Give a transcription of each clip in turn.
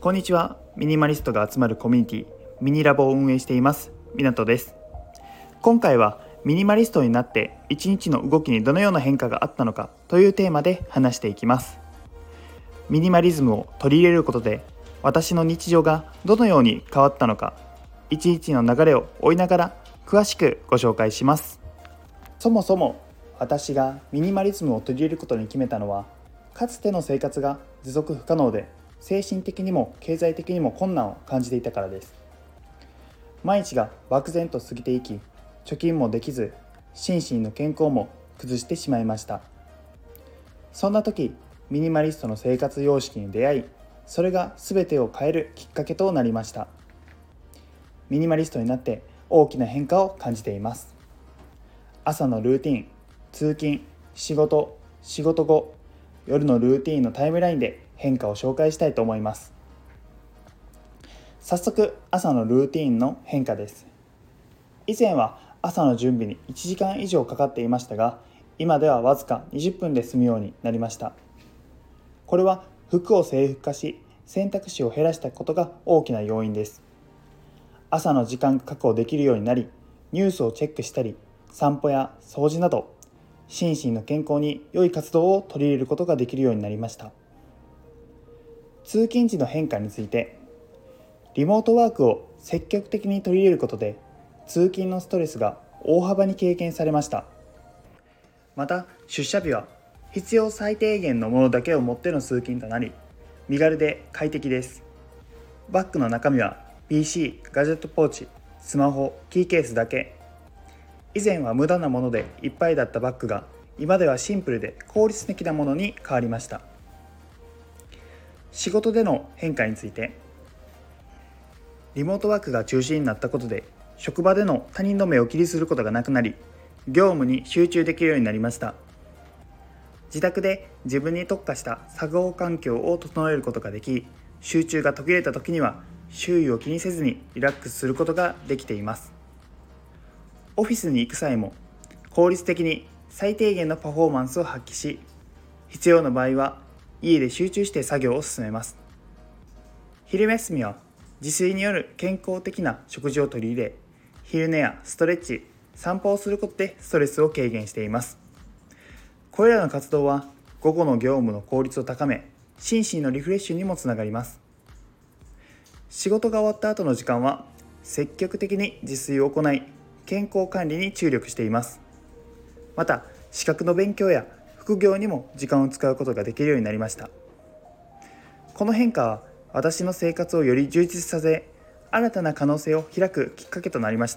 こんにちは。ミニマリストが集まるコミュニティミニラボを運営しています港です。今回はミニマリストになって一日の動きにどのような変化があったのかというテーマで話していきます。ミニマリズムを取り入れることで私の日常がどのように変わったのか、一日の流れを追いながら詳しくご紹介します。そもそも私がミニマリズムを取り入れることに決めたのは、かつての生活が持続不可能で精神的にも経済的にも困難を感じていたからです。毎日が漠然と過ぎていき、貯金もできず心身の健康も崩してしまいました。そんな時、ミニマリストの生活様式に出会い、それが全てを変えるきっかけとなりました。ミニマリストになって大きな変化を感じています。朝のルーティン、通勤、仕事後、夜のルーティンのタイムラインで変化を紹介したいと思います。早速、朝のルーティンの変化です。以前は朝の準備に1時間以上かかっていましたが、今ではわずか20分で済むようになりました。これは服を制服化し、選択肢を減らしたことが大きな要因です。朝の時間が確保できるようになり、ニュースをチェックしたり、散歩や掃除など心身の健康に良い活動を取り入れることができるようになりました。通勤時の変化について、リモートワークを積極的に取り入れることで通勤のストレスが大幅に軽減されました。また出社日は必要最低限のものだけを持っての通勤となり、身軽で快適です。バッグの中身は PC、ガジェットポーチ、スマホ、キーケースだけ。以前は無駄なものでいっぱいだったバッグが、今ではシンプルで効率的なものに変わりました。仕事での変化について、リモートワークが中心になったことで職場での他人の目を気にすることがなくなり、業務に集中できるようになりました。自宅で自分に特化した作業環境を整えることができ、集中が途切れた時には周囲を気にせずにリラックスすることができています。オフィスに行く際も効率的に最低限のパフォーマンスを発揮し、必要な場合は家で集中して作業を進めます。昼休みは自炊による健康的な食事を取り入れ、昼寝やストレッチ、散歩をすることでストレスを軽減しています。これらの活動は午後の業務の効率を高め、心身のリフレッシュにもつながります。仕事が終わった後の時間は積極的に自炊を行い、健康管理に注力しています。また資格の勉強や副業にも時間を使うことができるようになりました。この変化は私の生活をより充実させ、新たな可能性を開くきっかけとなりました。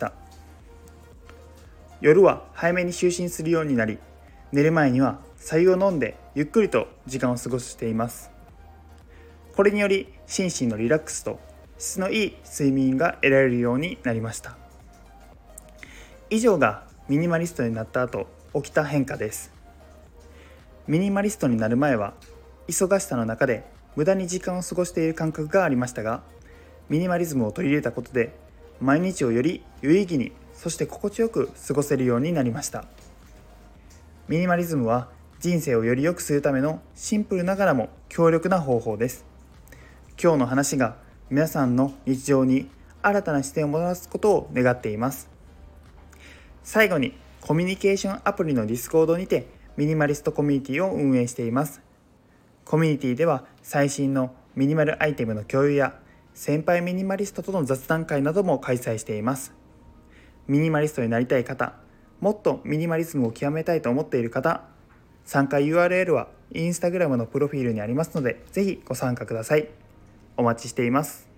夜は早めに就寝するようになり、寝る前には白湯を飲んでゆっくりと時間を過ごしています。これにより心身のリラックスと質のいい睡眠が得られるようになりました。以上がミニマリストになった後起きた変化です。ミニマリストになる前は忙しさの中で無駄に時間を過ごしている感覚がありましたが、ミニマリズムを取り入れたことで毎日をより有意義に、そして心地よく過ごせるようになりました。ミニマリズムは人生をより良くするためのシンプルながらも強力な方法です。今日の話が皆さんの日常に新たな視点をもたらすことを願っています。最後に、コミュニケーションアプリの Discord にてミニマリストコミュニティを運営しています。コミュニティでは最新のミニマルアイテムの共有や先輩ミニマリストとの雑談会なども開催しています。ミニマリストになりたい方、もっとミニマリズムを極めたいと思っている方、参加 URL はインスタグラムのプロフィールにありますので、ぜひご参加ください。お待ちしています。